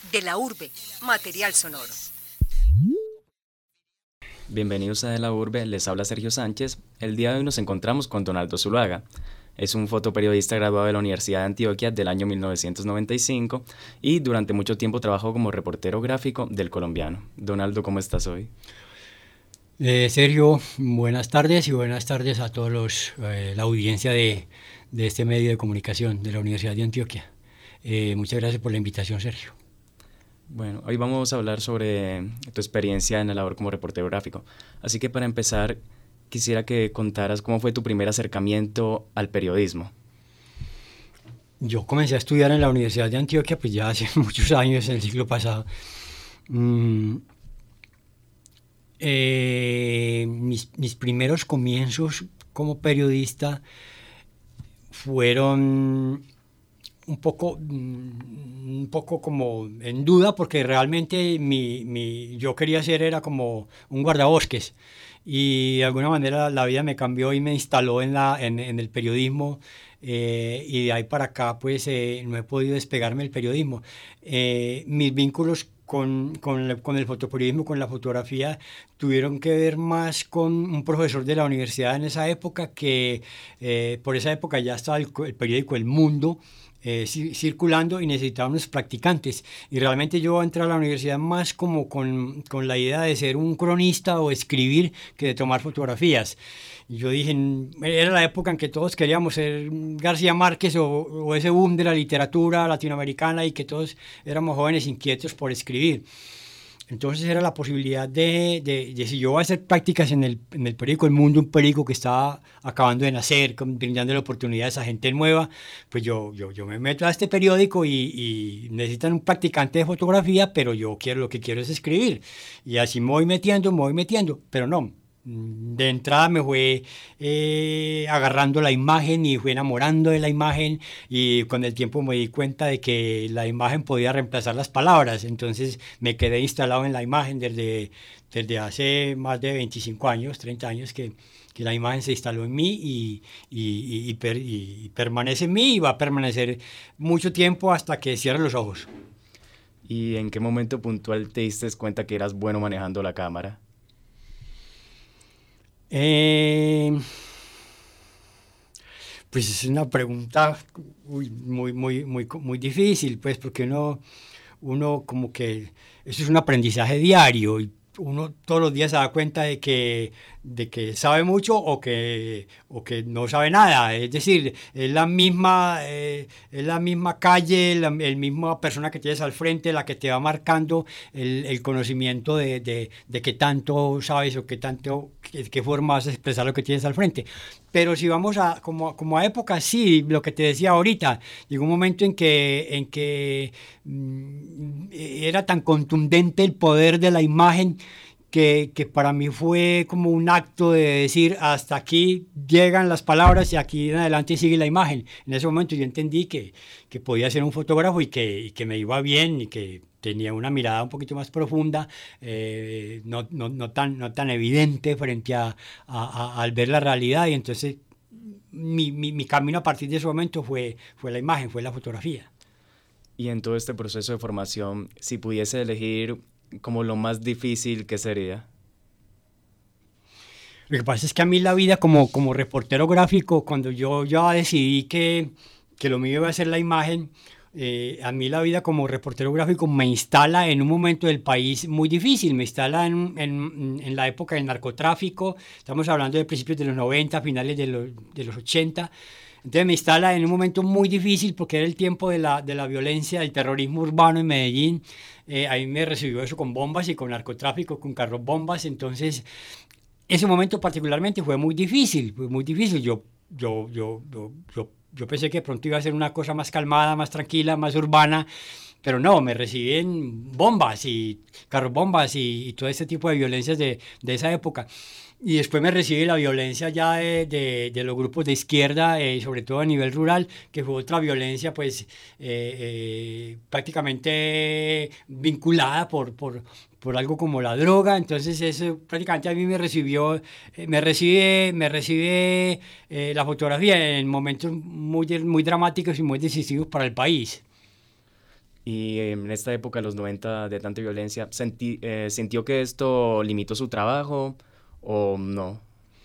De la Urbe, material sonoro. Bienvenidos a De la Urbe, les habla Sergio Sánchez. El día de hoy nos encontramos con Donaldo Zuluaga. Es un fotoperiodista graduado de la Universidad de Antioquia del año 1995 y durante mucho tiempo trabajó como reportero gráfico del Colombiano. Donaldo, ¿cómo estás hoy? Sergio, buenas tardes y buenas tardes a todos la audiencia de este medio de comunicación de la Universidad de Antioquia. Muchas gracias por la invitación, Sergio. Bueno, hoy vamos a hablar sobre tu experiencia en la labor como reportero gráfico. Así que para empezar, quisiera que contaras cómo fue tu primer acercamiento al periodismo. Yo comencé a estudiar en la Universidad de Antioquia pues ya hace muchos años, en el siglo pasado. Mis primeros comienzos como periodista fueron un poco como en duda, porque realmente yo quería ser era como un guardabosques, y de alguna manera la vida me cambió y me instaló en el periodismo, y de ahí para acá pues no he podido despegarme del periodismo. Mis vínculos con el fotoperiodismo, con la fotografía, tuvieron que ver más con un profesor de la universidad en esa época, que por esa época ya estaba el periódico El Mundo circulando y necesitaba unos practicantes, y realmente yo entré a la universidad más como con la idea de ser un cronista o escribir que de tomar fotografías. Y yo dije, era la época en que todos queríamos ser García Márquez o ese boom de la literatura latinoamericana, y que todos éramos jóvenes inquietos por escribir. Entonces era la posibilidad de si yo voy a hacer prácticas en el periódico El Mundo, un periódico que estaba acabando de nacer, brindando la oportunidad a esa gente nueva, pues yo me meto a este periódico y necesitan un practicante de fotografía, pero lo que quiero es escribir. Y así me voy metiendo, pero no. De entrada me fue agarrando la imagen y fui enamorando de la imagen, y con el tiempo me di cuenta de que la imagen podía reemplazar las palabras. Entonces me quedé instalado en la imagen desde hace más de 25 años, 30 años que la imagen se instaló en mí y permanece en mí, y va a permanecer mucho tiempo hasta que cierre los ojos. ¿Y en qué momento puntual te diste cuenta que eras bueno manejando la cámara? Pues es una pregunta muy difícil, pues, porque uno como que eso es un aprendizaje diario, y uno todos los días se da cuenta de que sabe mucho o que no sabe nada. Es decir, es la misma calle, el misma persona que tienes al frente la que te va marcando el conocimiento de qué tanto sabes o qué forma vas a expresar lo que tienes al frente. Pero si vamos como a épocas, sí, lo que te decía ahorita, llegó un momento en que era tan contundente el poder de la imagen que para mí fue como un acto de decir, hasta aquí llegan las palabras y aquí en adelante sigue la imagen. En ese momento yo entendí que podía ser un fotógrafo y que me iba bien, y que tenía una mirada un poquito más profunda, no tan evidente frente al ver la realidad. Y entonces mi camino a partir de ese momento fue la imagen, fue la fotografía. Y en todo este proceso de formación, si pudiese elegir como lo más difícil, ¿qué sería? Lo que pasa es que a mí la vida como reportero gráfico, cuando yo ya decidí que lo mío iba a ser la imagen, a mí la vida como reportero gráfico me instala en un momento del país muy difícil. Me instala en la época del narcotráfico. Estamos hablando de principios de los 90, finales de los 80. Entonces me instala en un momento muy difícil, porque era el tiempo de la violencia, del terrorismo urbano en Medellín. Ahí me recibió eso con bombas y con narcotráfico, con carros bombas. Entonces ese momento particularmente fue muy difícil, Yo pensé que pronto iba a ser una cosa más calmada, más tranquila, más urbana, pero no, me recibí bombas y carros bombas y todo este tipo de violencias de esa época. Y después me recibe la violencia ya de los grupos de izquierda, sobre todo a nivel rural, que fue otra violencia pues prácticamente vinculada por algo como la droga. Entonces eso prácticamente a mí me recibe la fotografía en momentos muy dramáticos y muy decisivos para el país. Y en esta época, los 90 de tanta violencia, ¿sintió que esto limitó su trabajo o no?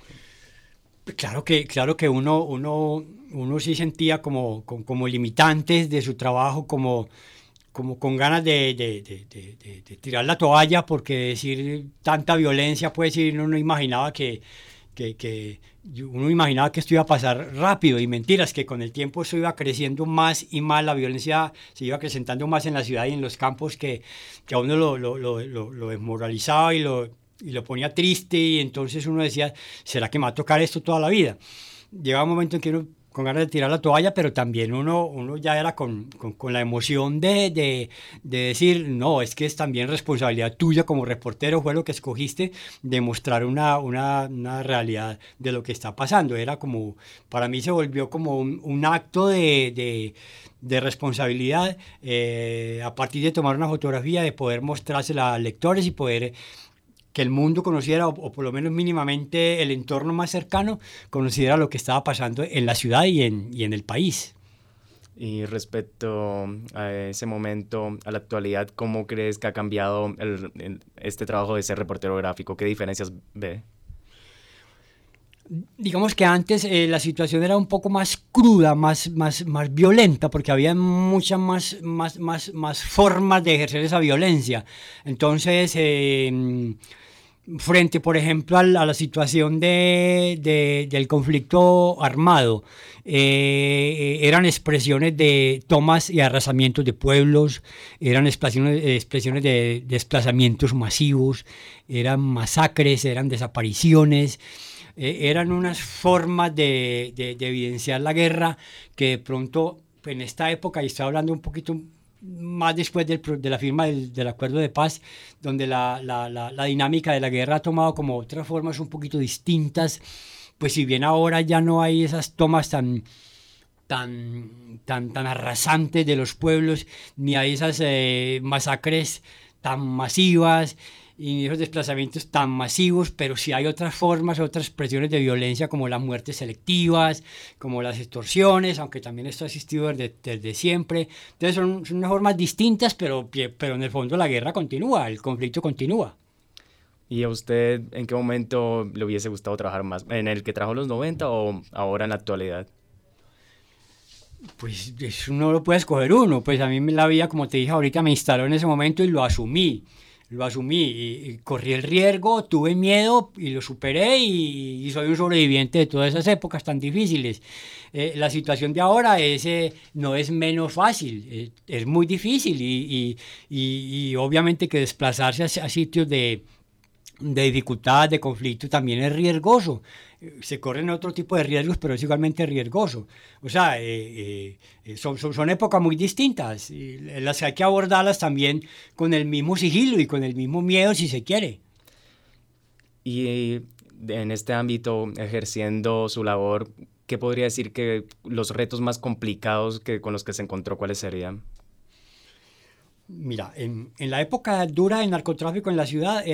Claro que uno sí sentía como limitantes de su trabajo, como con ganas de tirar la toalla, porque decir tanta violencia, pues sí, uno no imaginaba que uno imaginaba que esto iba a pasar rápido, y mentiras, que con el tiempo eso iba creciendo más y más, la violencia se iba acrecentando más en la ciudad y en los campos, que a uno lo desmoralizaba y lo ponía triste, y entonces uno decía, ¿será que me va a tocar esto toda la vida? Llegaba un momento en que uno con ganas de tirar la toalla, pero también uno ya era con la emoción de decir, no, es que es también responsabilidad tuya como reportero, fue lo que escogiste, de mostrar una realidad de lo que está pasando. Era como, para mí se volvió como un acto de responsabilidad, a partir de tomar una fotografía, de poder mostrársela a lectores y poder que el mundo conociera, o por lo menos mínimamente el entorno más cercano, conociera lo que estaba pasando en la ciudad y en el país. Y respecto a ese momento, a la actualidad, ¿cómo crees que ha cambiado este trabajo de ser reportero gráfico? ¿Qué diferencias ve? Digamos que antes la situación era un poco más cruda, más violenta, porque había muchas más formas de ejercer esa violencia. Entonces, frente, por ejemplo, a la situación del conflicto armado, eran expresiones de tomas y arrasamientos de pueblos, eran expresiones de desplazamientos masivos, eran masacres, eran desapariciones, eran unas formas de evidenciar la guerra que de pronto en esta época, y estoy hablando un poquito más después de la firma del acuerdo de paz, donde la dinámica de la guerra ha tomado como otras formas un poquito distintas, pues si bien ahora ya no hay esas tomas tan arrasantes de los pueblos, ni hay esas masacres tan masivas y esos desplazamientos tan masivos, pero sí hay otras formas, otras expresiones de violencia, como las muertes selectivas, como las extorsiones, aunque también esto ha existido desde siempre. Entonces son unas formas distintas, pero en el fondo la guerra continúa, el conflicto continúa. ¿Y a usted en qué momento le hubiese gustado trabajar más? ¿En el que trabajó en los 90 o ahora en la actualidad? Pues eso no lo puede escoger uno. Pues a mí la vida, como te dije ahorita, me instaló en ese momento y lo asumí. Y corrí el riesgo, tuve miedo y lo superé, y soy un sobreviviente de todas esas épocas tan difíciles. La situación de ahora no es menos fácil, es muy difícil, y obviamente que desplazarse a sitios de dificultad, de conflicto, también es riesgoso. Se corren otro tipo de riesgos, pero es igualmente riesgoso. O sea, son épocas muy distintas, y las que hay que abordarlas también con el mismo sigilo y con el mismo miedo, si se quiere. Y en este ámbito, ejerciendo su labor, ¿qué podría decir que los retos más complicados con los que se encontró, cuáles serían? Mira, en la época dura del narcotráfico en la ciudad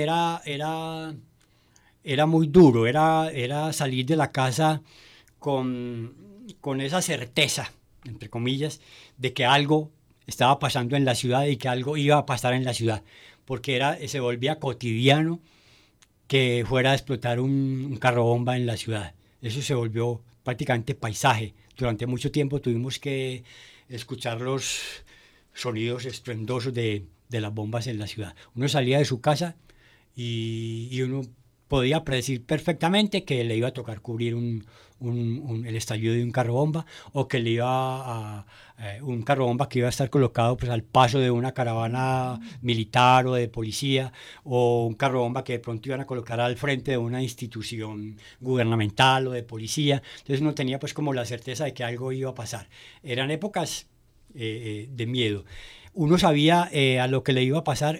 era muy duro, era salir de la casa con esa certeza, entre comillas, de que algo estaba pasando en la ciudad y que algo iba a pasar en la ciudad, porque se volvía cotidiano que fuera a explotar un carro bomba en la ciudad. Eso se volvió prácticamente paisaje. Durante mucho tiempo tuvimos que escuchar los sonidos estruendosos de las bombas en la ciudad. Uno salía de su casa y uno podía predecir perfectamente que le iba a tocar cubrir el estallido de un carro bomba, o que le iba un carro bomba que iba a estar colocado pues al paso de una caravana militar o de policía, o un carro bomba que de pronto iban a colocar al frente de una institución gubernamental o de policía. Entonces uno tenía pues como la certeza de que algo iba a pasar. Eran épocas de miedo. Uno sabía a lo que le iba a pasar.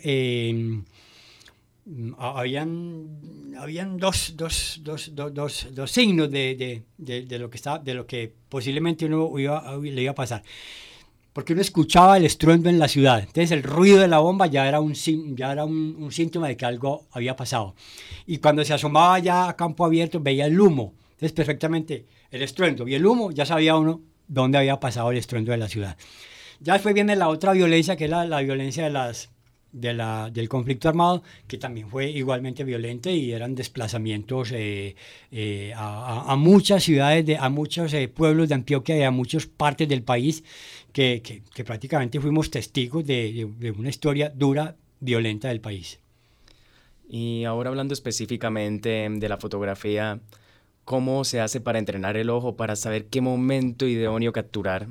Habían dos signos de lo que posiblemente le iba a pasar, porque uno escuchaba el estruendo en la ciudad. Entonces el ruido de la bomba ya era un síntoma de que algo había pasado, y cuando se asomaba ya a campo abierto veía el humo. Entonces perfectamente el estruendo y el humo, ya sabía uno dónde había pasado el estruendo de la ciudad. Ya después viene la otra violencia, que es la violencia del conflicto armado, que también fue igualmente violento y eran desplazamientos a muchas ciudades, a muchos pueblos de Antioquia y a muchas partes del país que prácticamente fuimos testigos de una historia dura, violenta del país. Y ahora hablando específicamente de la fotografía, ¿cómo se hace para entrenar el ojo para saber qué momento idóneo capturar?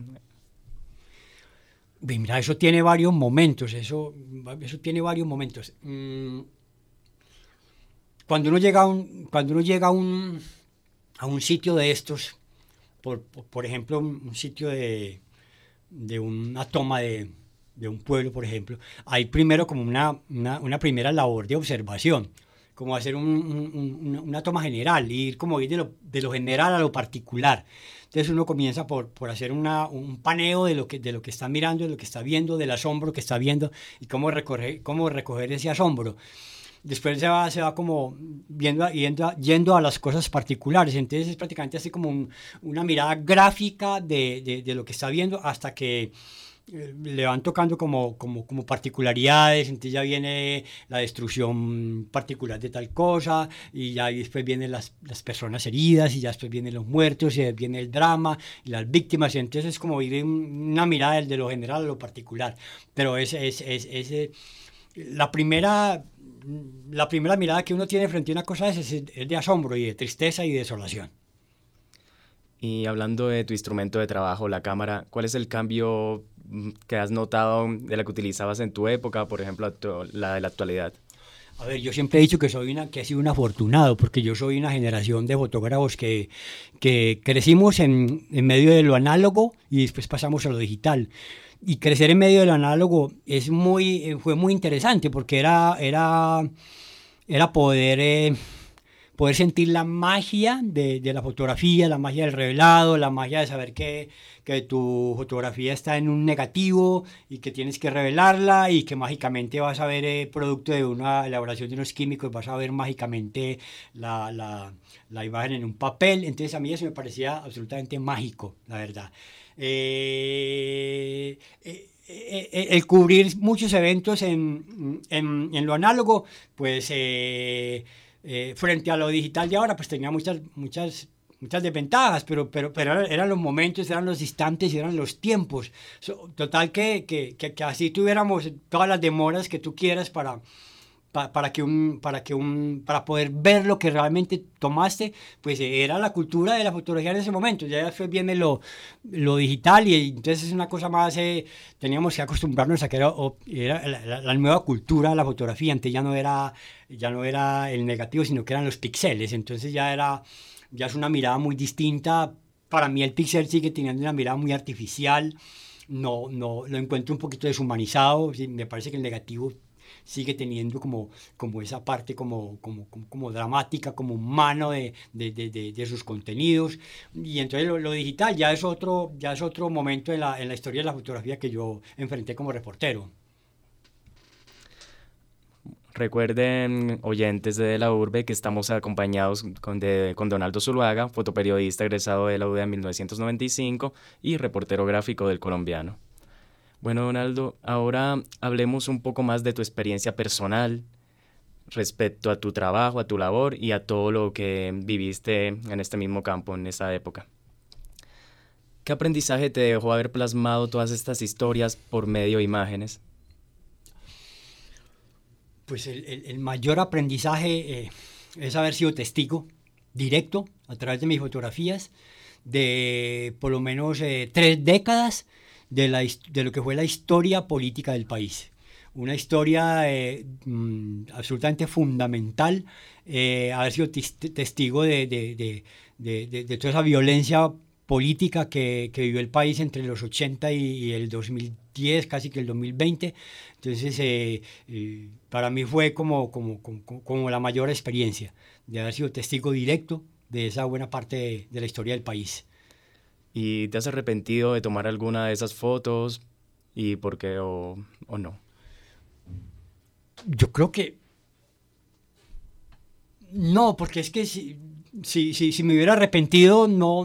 Mira, eso tiene varios momentos, eso tiene varios momentos. Cuando uno llega a un sitio de estos, por ejemplo, un sitio de una toma de un pueblo, por ejemplo, hay primero como una primera labor de observación, como hacer una toma general, ir como ir de lo general a lo particular. Entonces uno comienza por hacer un paneo de lo que está mirando, de lo que está viendo, del asombro que está viendo y cómo recoger ese asombro. Después se va como yendo a las cosas particulares. Entonces es prácticamente así como una mirada gráfica de lo que está viendo hasta que le van tocando como particularidades. Entonces ya viene la destrucción particular de tal cosa y ya después vienen las personas heridas y ya después vienen los muertos y viene el drama y las víctimas. Y entonces es como ir en una mirada de lo general a lo particular. Pero la primera mirada que uno tiene frente a una cosa es de asombro y de tristeza y de desolación. Y hablando de tu instrumento de trabajo, la cámara, ¿cuál es el cambio que has notado de la que utilizabas en tu época, por ejemplo, la de la actualidad? A ver, yo siempre he dicho que he sido un afortunado, porque yo soy una generación de fotógrafos que crecimos en medio de lo análogo y después pasamos a lo digital. Y crecer en medio de lo análogo fue muy interesante, porque era poder sentir la magia de la fotografía, la magia del revelado, la magia de saber que tu fotografía está en un negativo y que tienes que revelarla y que mágicamente vas a ver producto de una elaboración de unos químicos, vas a ver mágicamente la imagen en un papel. Entonces a mí eso me parecía absolutamente mágico, la verdad. El cubrir muchos eventos en lo análogo, pues frente a lo digital de ahora, pues tenía muchas desventajas, pero eran los momentos, eran los instantes y eran los tiempos. Total que así tuviéramos todas las demoras que tú quieras para poder ver lo que realmente tomaste, pues era la cultura de la fotografía en ese momento. Ya después viene lo digital y entonces es una cosa más, teníamos que acostumbrarnos a que era la nueva cultura de la fotografía. Antes ya no era el negativo, sino que eran los píxeles. Entonces ya es una mirada muy distinta. Para mí el píxel sigue teniendo una mirada muy artificial. No lo encuentro un poquito deshumanizado. Me parece que el negativo sigue teniendo como esa parte como dramática, como humano de sus contenidos. Y entonces lo digital ya es otro momento en la historia de la fotografía que yo enfrenté como reportero. Recuerden, oyentes de La Urbe, que estamos acompañados con Donaldo Zuluaga, fotoperiodista egresado de la UDEA en 1995 y reportero gráfico del Colombiano. Bueno, Donaldo, ahora hablemos un poco más de tu experiencia personal respecto a tu trabajo, a tu labor y a todo lo que viviste en este mismo campo, en esa época. ¿Qué aprendizaje te dejó haber plasmado todas estas historias por medio de imágenes? Pues el mayor aprendizaje es haber sido testigo directo a través de mis fotografías de por lo menos 3 décadas de lo que fue la historia política del país. Una historia absolutamente fundamental, haber sido testigo de toda esa violencia política que vivió el país entre los 80 y el 2010, casi que el 2020. Entonces, para mí fue como la mayor experiencia de haber sido testigo directo de esa buena parte de la historia del país. ¿Y te has arrepentido de tomar alguna de esas fotos? ¿Y por qué o no? Yo creo que no, porque es que si me hubiera arrepentido,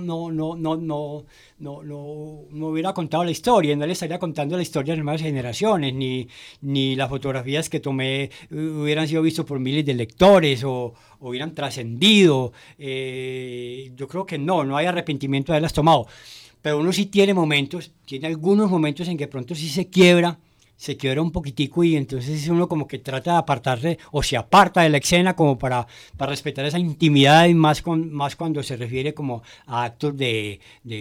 no hubiera contado la historia, no le estaría contando la historia a las nuevas generaciones, ni las fotografías que tomé hubieran sido vistas por miles de lectores o hubieran trascendido. Yo creo que no hay arrepentimiento de haberlas tomado, pero uno sí tiene algunos momentos en que pronto sí se quiebra un poquitico y entonces uno como que trata de apartarse o se aparta de la escena como para respetar esa intimidad y más cuando se refiere como a actos de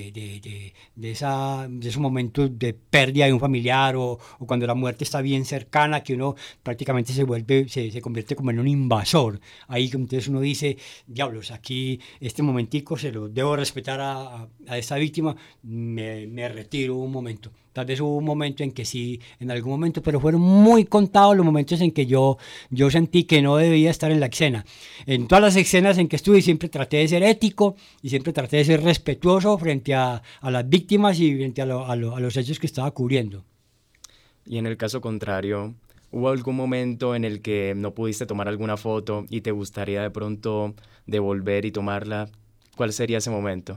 esos momentos de pérdida de un familiar o cuando la muerte está bien cercana, que uno prácticamente se convierte como en un invasor. Ahí entonces uno dice, diablos, aquí este momentico se lo debo respetar a esta víctima, me retiro un momento. Tal vez hubo un momento en que sí, en algún momento, pero fueron muy contados los momentos en que yo sentí que no debía estar en la escena. En todas las escenas en que estuve siempre traté de ser ético y siempre traté de ser respetuoso frente a las víctimas y frente a los hechos que estaba cubriendo. Y en el caso contrario, ¿hubo algún momento en el que no pudiste tomar alguna foto y te gustaría de pronto devolver y tomarla? ¿Cuál sería ese momento?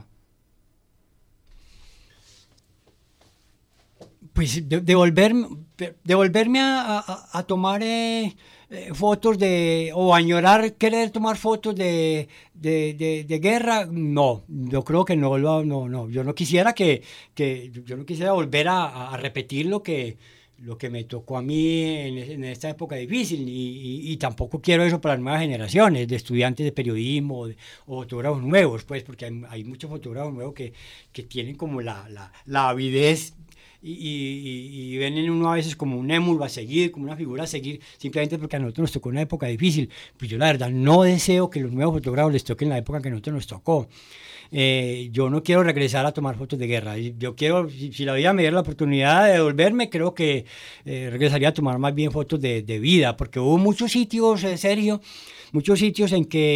Pues devolverme a tomar fotos o añorar querer tomar fotos de guerra, no, yo creo que no, yo no quisiera yo no quisiera volver a repetir lo que me tocó a mí en esta época difícil y tampoco quiero eso para las nuevas generaciones de estudiantes de periodismo o fotógrafos nuevos, pues porque hay muchos fotógrafos nuevos que tienen como la avidez y ven en uno a veces como un émulo a seguir, como una figura a seguir, simplemente porque a nosotros nos tocó una época difícil. Pues yo la verdad no deseo que los nuevos fotógrafos les toquen la época que a nosotros nos tocó. Yo no quiero regresar a tomar fotos de guerra. Yo quiero, si la vida me diera la oportunidad de devolverme, creo que regresaría a tomar más bien fotos de vida, porque hubo muchos sitios, Sergio, muchos sitios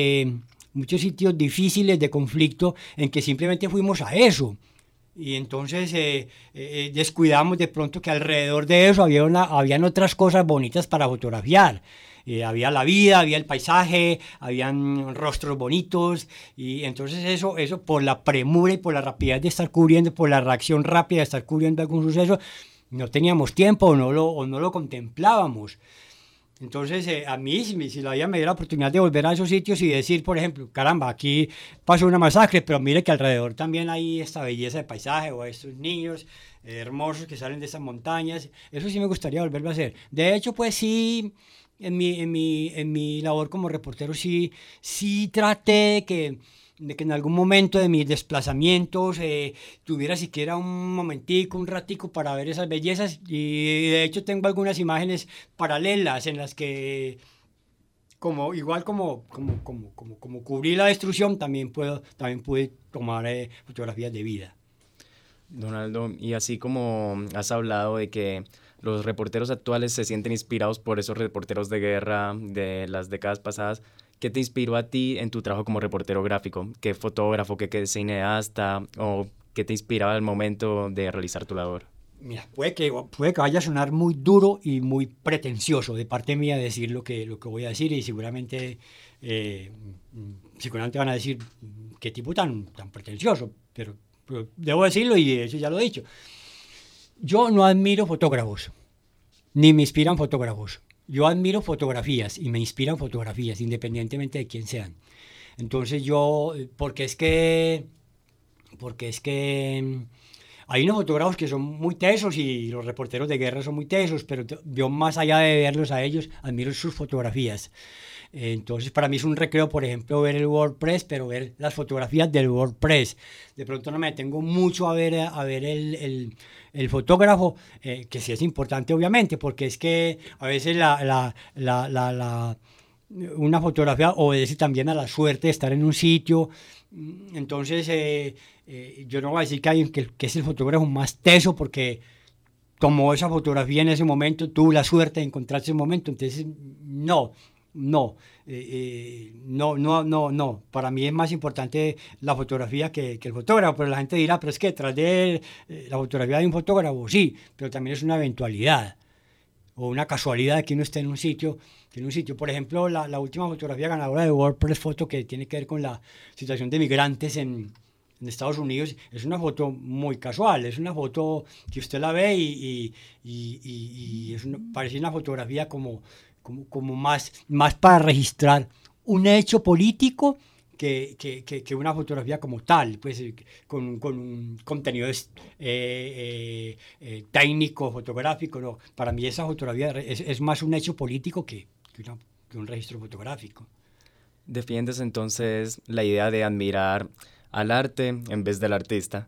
difíciles de conflicto en que simplemente fuimos a eso. Y entonces descuidamos de pronto que alrededor de eso habían otras cosas bonitas para fotografiar. Había la vida, había el paisaje, habían rostros bonitos y entonces eso por la premura y por la rapidez de estar cubriendo, por la reacción rápida de estar cubriendo algún suceso, no teníamos tiempo o no lo contemplábamos. Entonces, a mí, si la vida me diera la oportunidad de volver a esos sitios y decir, por ejemplo, caramba, aquí pasó una masacre, pero mire que alrededor también hay esta belleza de paisaje o estos niños hermosos que salen de esas montañas, eso sí me gustaría volverlo a hacer. De hecho, pues sí, en mi labor como reportero sí traté de que en algún momento de mis desplazamientos tuviera siquiera un momentico, un ratico para ver esas bellezas y de hecho tengo algunas imágenes paralelas en las que igual como cubrí la destrucción también pude tomar fotografías de vida. Donaldo, y así como has hablado de que los reporteros actuales se sienten inspirados por esos reporteros de guerra de las décadas pasadas, ¿qué te inspiró a ti en tu trabajo como reportero gráfico? ¿Qué fotógrafo, qué cineasta o qué te inspiraba al momento de realizar tu labor? Mira, puede que vaya a sonar muy duro y muy pretencioso de parte mía decir lo que voy a decir y seguramente van a decir qué tipo tan pretencioso, pero debo decirlo y eso ya lo he dicho. Yo no admiro fotógrafos, ni me inspiran fotógrafos. Yo admiro fotografías y me inspiran fotografías, independientemente de quién sean. Entonces porque es que hay unos fotógrafos que son muy tesos y los reporteros de guerra son muy tesos, pero yo más allá de verlos a ellos, admiro sus fotografías. Entonces para mí es un recreo, por ejemplo, ver el WordPress, pero ver las fotografías del WordPress. De pronto no me detengo mucho a ver el fotógrafo, que sí es importante obviamente, porque es que a veces una fotografía obedece también a la suerte de estar en un sitio. Entonces yo no voy a decir que alguien que es el fotógrafo más teso porque tomó esa fotografía en ese momento, tuvo la suerte de encontrarse ese momento. Entonces no. Para mí es más importante la fotografía que el fotógrafo, pero la gente dirá, pero es que detrás de la fotografía hay un fotógrafo, sí, pero también es una eventualidad. o una casualidad de que uno esté en un sitio. Por ejemplo, la última fotografía ganadora de WordPress Photo, que tiene que ver con la situación de migrantes en Estados Unidos, es una foto muy casual, es una foto que usted la ve y parece una fotografía como más para registrar un hecho político que una fotografía como tal, pues con un contenido técnico, fotográfico. No. Para mí esa fotografía es más un hecho político que un registro fotográfico. ¿Defiendes entonces la idea de admirar al arte en vez del artista?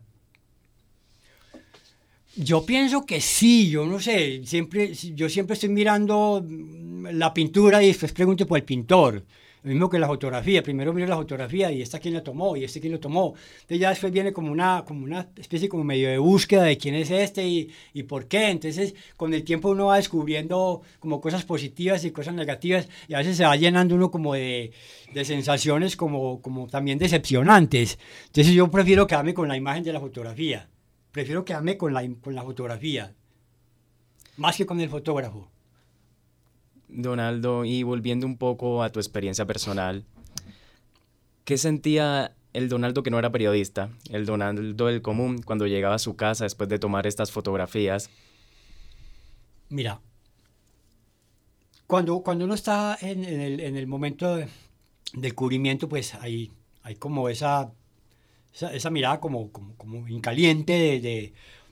Yo pienso que sí, yo no sé, yo siempre estoy mirando la pintura y después pregunto por el pintor. Lo mismo que la fotografía, primero miro la fotografía y esta quién la tomó y este quién lo tomó. Entonces ya después viene como una especie como medio de búsqueda de quién es este y por qué. Entonces con el tiempo uno va descubriendo como cosas positivas y cosas negativas y a veces se va llenando uno como de sensaciones como también decepcionantes. Entonces yo prefiero quedarme con la imagen de la fotografía. Prefiero quedarme con la fotografía, más que con el fotógrafo. Donaldo, y volviendo un poco a tu experiencia personal, ¿qué sentía el Donaldo que no era periodista, el Donaldo del común, cuando llegaba a su casa después de tomar estas fotografías? Mira, cuando uno está en el momento del cubrimiento, pues hay como esa mirada como en caliente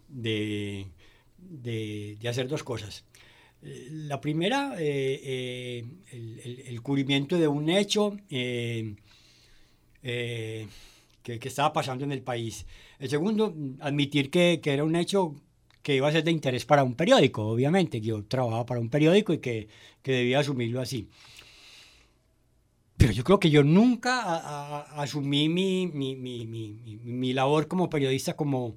de hacer dos cosas. La primera, el cubrimiento de un hecho que estaba pasando en el país. El segundo, admitir que era un hecho que iba a ser de interés para un periódico, obviamente, que yo trabajaba para un periódico y que debía asumirlo así. Pero yo creo que yo nunca asumí mi labor como periodista como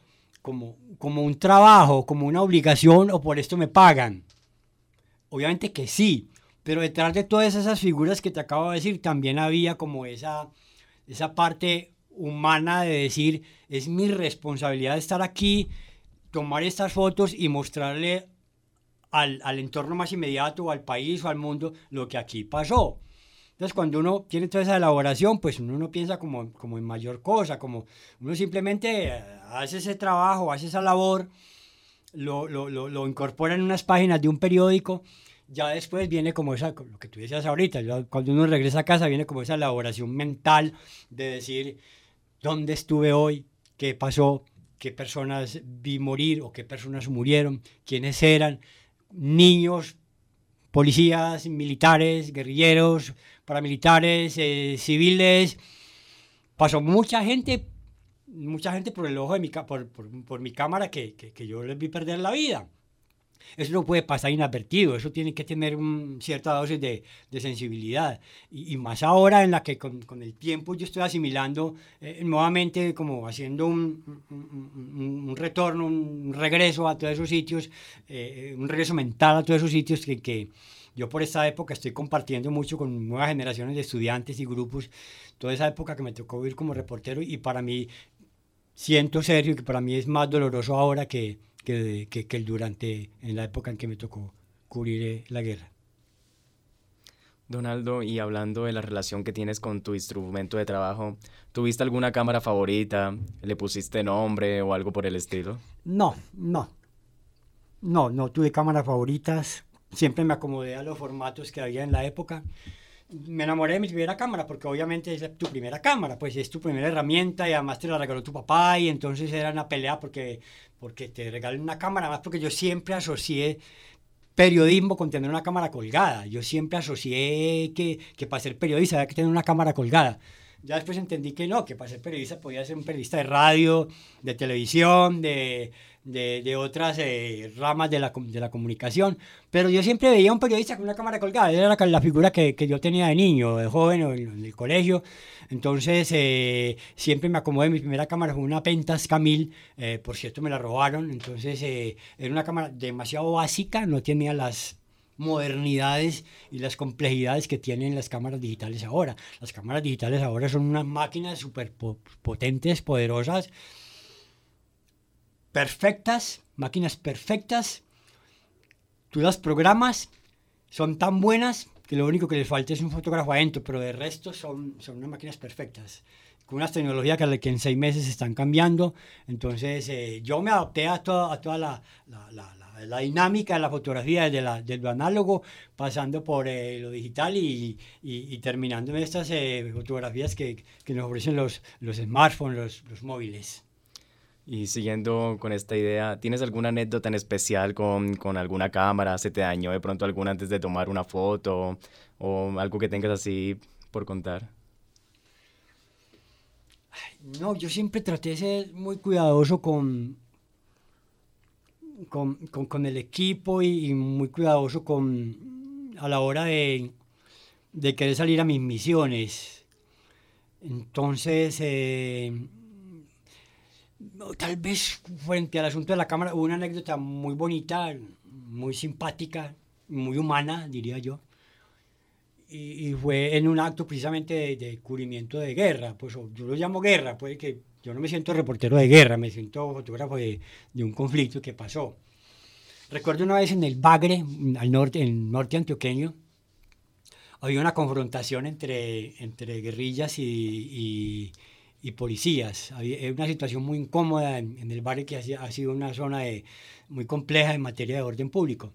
un trabajo, como una obligación o por esto me pagan. Obviamente que sí, pero detrás de todas esas figuras que te acabo de decir también había como esa parte humana de decir, es mi responsabilidad estar aquí, tomar estas fotos y mostrarle al entorno más inmediato, o al país o al mundo, lo que aquí pasó. Entonces, cuando uno tiene toda esa elaboración, pues uno no piensa como en mayor cosa, como uno simplemente hace ese trabajo, hace esa labor, lo incorpora en unas páginas de un periódico. Ya después viene como lo que tú decías ahorita, cuando uno regresa a casa viene como esa elaboración mental de decir dónde estuve hoy, qué pasó, qué personas vi morir o qué personas murieron, quiénes eran, niños, policías, militares, guerrilleros, paramilitares, civiles. Pasó mucha gente por el ojo de por mi cámara que yo les vi perder la vida. Eso no puede pasar inadvertido, eso tiene que tener cierta dosis de sensibilidad. Y más ahora en la que con el tiempo yo estoy asimilando nuevamente, como haciendo un retorno, un regreso a todos esos sitios, un regreso mental a todos esos sitios que yo por esta época estoy compartiendo mucho con nuevas generaciones de estudiantes y grupos, toda esa época que me tocó vivir como reportero y para mí, siento serio que para mí es más doloroso ahora que en la época en que me tocó cubrir la guerra. Donaldo, y hablando de la relación que tienes con tu instrumento de trabajo, ¿tuviste alguna cámara favorita? ¿Le pusiste nombre o algo por el estilo? No tuve cámaras favoritas. Siempre me acomodé a los formatos que había en la época. Me enamoré de mi primera cámara porque obviamente es tu primera cámara, pues es tu primera herramienta y además te la regaló tu papá y entonces era una pelea porque te regalen una cámara, además porque yo siempre asocié periodismo con tener una cámara colgada. Yo siempre asocié que para ser periodista había que tener una cámara colgada. Ya después entendí que no, que para ser periodista podía ser un periodista de radio, de televisión, de otras ramas de la comunicación. Pero yo siempre veía a un periodista con una cámara colgada. Era la figura que yo tenía de niño, de joven o en el colegio. Entonces siempre me acomodé. Mi primera cámara fue una Pentax K1000. Por cierto, me la robaron. Entonces era una cámara demasiado básica. No tenía las modernidades y las complejidades que tienen las cámaras digitales ahora. Las cámaras digitales ahora son unas máquinas súper potentes, poderosas, perfectas, máquinas perfectas. tú las programas, son tan buenas que lo único que les falta es un fotógrafo adentro, pero de resto son unas máquinas perfectas, con unas tecnologías que en 6 meses están cambiando. Entonces yo me adapté a toda la dinámica de la fotografía, desde lo análogo, pasando por lo digital y terminando en estas fotografías que nos ofrecen los smartphones, los móviles. Y siguiendo con esta idea, ¿tienes alguna anécdota en especial con alguna cámara? ¿Se te dañó de pronto alguna antes de tomar una foto? ¿O algo que tengas así por contar? No, yo siempre traté de ser muy cuidadoso con el equipo y muy cuidadoso a la hora de querer salir a mis misiones. Entonces, tal vez frente al asunto de la cámara hubo una anécdota muy bonita, muy simpática, muy humana, diría yo. Y fue en un acto precisamente de cubrimiento de guerra. Pues yo lo llamo guerra, puede que yo no me siento reportero de guerra, me siento fotógrafo de un conflicto que pasó. Recuerdo una vez en el Bagre, en el norte antioqueño, había una confrontación entre guerrillas y policías. Había una situación muy incómoda en el Bagre, que ha sido una zona muy compleja en materia de orden público.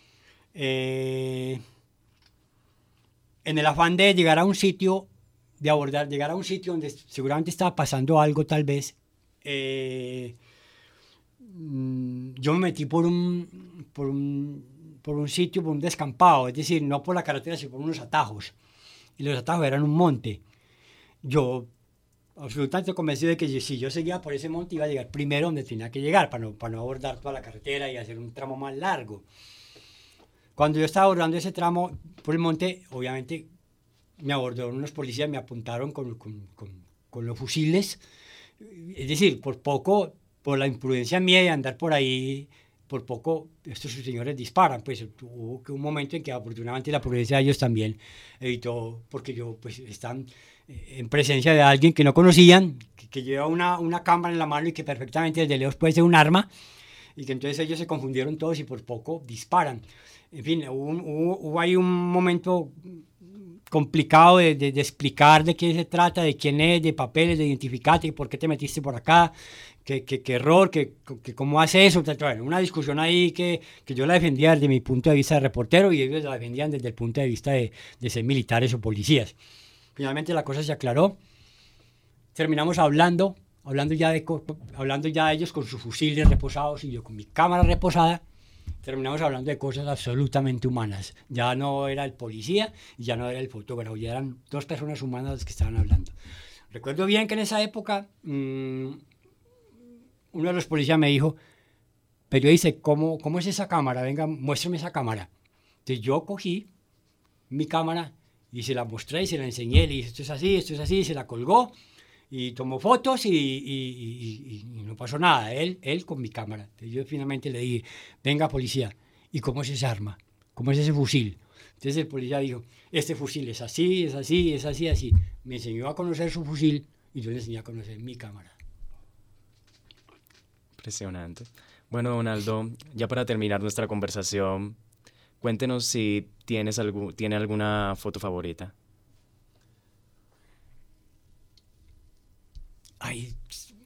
En el afán de llegar a un sitio, llegar a un sitio donde seguramente estaba pasando algo tal vez, yo me metí por un sitio, por un descampado, es decir, no por la carretera, sino por unos atajos. Y los atajos eran un monte. Yo absolutamente convencido de que si yo seguía por ese monte iba a llegar primero donde tenía que llegar, para no abordar toda la carretera y hacer un tramo más largo. Cuando yo estaba abordando ese tramo por el monte, obviamente me abordaron unos policías, me apuntaron con los fusiles. Es decir, por poco, por la imprudencia mía de andar por ahí, por poco estos señores disparan. Pues hubo un momento en que afortunadamente la prudencia de ellos también evitó, porque yo pues están en presencia de alguien que no conocían, que lleva una cámara en la mano y que perfectamente desde lejos puede ser un arma, y que entonces ellos se confundieron todos y por poco disparan. En fin, hubo ahí un momento complicado de explicar de qué se trata, de quién es, de papeles, de identificarte, por qué te metiste por acá, qué error, cómo hace eso. Bueno, una discusión ahí que yo la defendía desde mi punto de vista de reportero y ellos la defendían desde el punto de vista de ser militares o policías. Finalmente la cosa se aclaró, terminamos hablando ya ellos con sus fusiles reposados y yo con mi cámara reposada. Terminamos hablando de cosas absolutamente humanas. Ya no era el policía y ya no era el fotógrafo, ya eran 2 personas humanas las que estaban hablando. Recuerdo bien que en esa época uno de los policías me dijo: pero dice, ¿cómo es esa cámara? Venga, muéstrame esa cámara. Entonces yo cogí mi cámara y se la mostré y se la enseñé, le dije, esto es así, y se la colgó. Y tomó fotos y no pasó nada, él con mi cámara. Entonces yo finalmente le dije, venga policía, ¿y cómo es esa arma? ¿Cómo es ese fusil? Entonces el policía dijo, este fusil es así, es así, es así, así. Me enseñó a conocer su fusil y yo le enseñé a conocer mi cámara. Impresionante. Bueno, Donaldo, ya para terminar nuestra conversación, cuéntenos si tiene alguna foto favorita. Ay,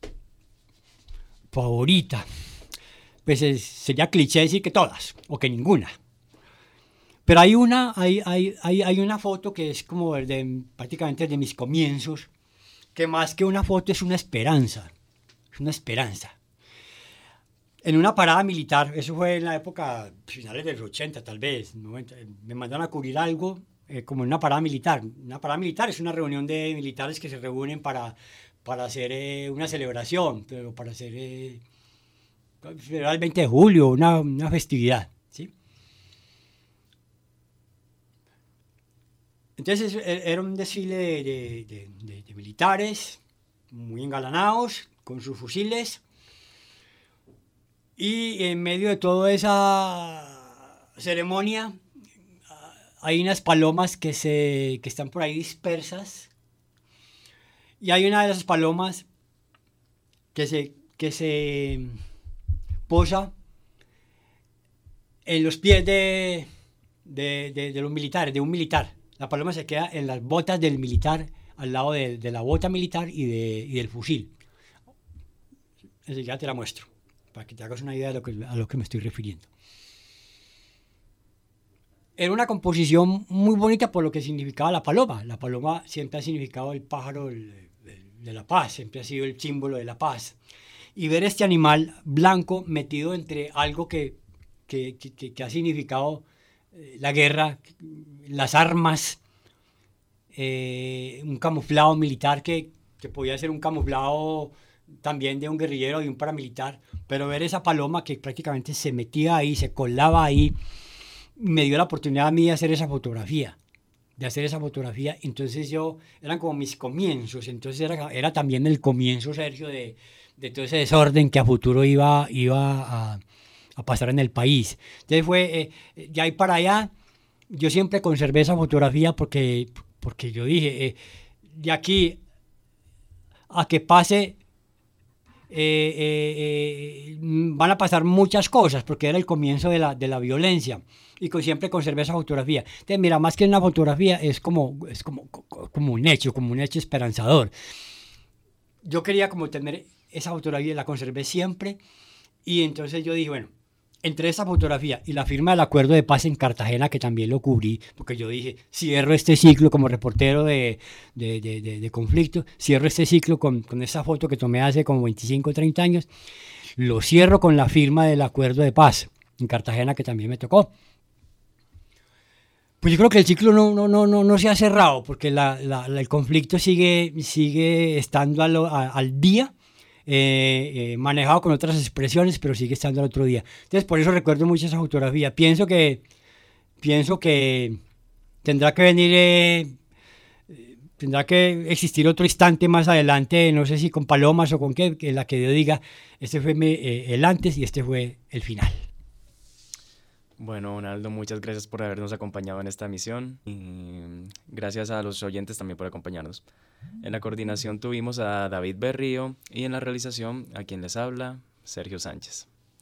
favorita. Pues sería cliché decir que todas, o que ninguna. Pero hay una foto que es como prácticamente de mis comienzos, que más que una foto es una esperanza. Es una esperanza. En una parada militar, eso fue en la época, finales de los 80 tal vez, 90, me mandaron a cubrir algo como en una parada militar. Una parada militar es una reunión de militares que se reúnen para hacer una celebración, pero para hacer celebrar el 20 de julio, una festividad, ¿sí? Entonces era un desfile de militares muy engalanados, con sus fusiles, y en medio de toda esa ceremonia hay unas palomas que están por ahí dispersas. Y hay una de esas palomas que se posa en los pies de los militares, de un militar. La paloma se queda en las botas del militar, al lado de la bota militar y del fusil. Así que ya te la muestro, para que te hagas una idea a lo que me estoy refiriendo. Era una composición muy bonita por lo que significaba la paloma. La paloma siempre ha significado el pájaro de la paz, siempre ha sido el símbolo de la paz. Y ver este animal blanco metido entre algo que ha significado la guerra, las armas, un camuflado militar que podía ser un camuflado también de un guerrillero, de un paramilitar, pero ver esa paloma que prácticamente se metía ahí, se colaba ahí, me dio la oportunidad a mí de hacer esa fotografía. Entonces eran como mis comienzos, entonces era también el comienzo, Sergio, de todo ese desorden que a futuro iba a pasar en el país. Entonces fue, de ahí para allá, yo siempre conservé esa fotografía porque yo dije, de aquí a que pase, van a pasar muchas cosas, porque era el comienzo de la violencia, y siempre conservé esa fotografía. Entonces, mira, más que una fotografía, es como un hecho esperanzador. Yo quería como tener esa fotografía, la conservé siempre, y entonces yo dije, bueno, entre esa fotografía y la firma del acuerdo de paz en Cartagena, que también lo cubrí, porque yo dije, cierro este ciclo como reportero de conflicto, cierro este ciclo con esa foto que tomé hace como 25 o 30 años, lo cierro con la firma del acuerdo de paz en Cartagena, que también me tocó. Pues yo creo que el ciclo no se ha cerrado, porque el conflicto sigue estando al día, manejado con otras expresiones, pero sigue estando al otro día. Entonces, por eso recuerdo mucho esa fotografía. Pienso que tendrá que venir, tendrá que existir otro instante más adelante, no sé si con palomas o con qué, en la que yo diga, este fue el antes y este fue el final. Bueno, Donaldo, muchas gracias por habernos acompañado en esta misión y gracias a los oyentes también por acompañarnos. En la coordinación tuvimos a David Berrío y en la realización a quien les habla, Sergio Sánchez.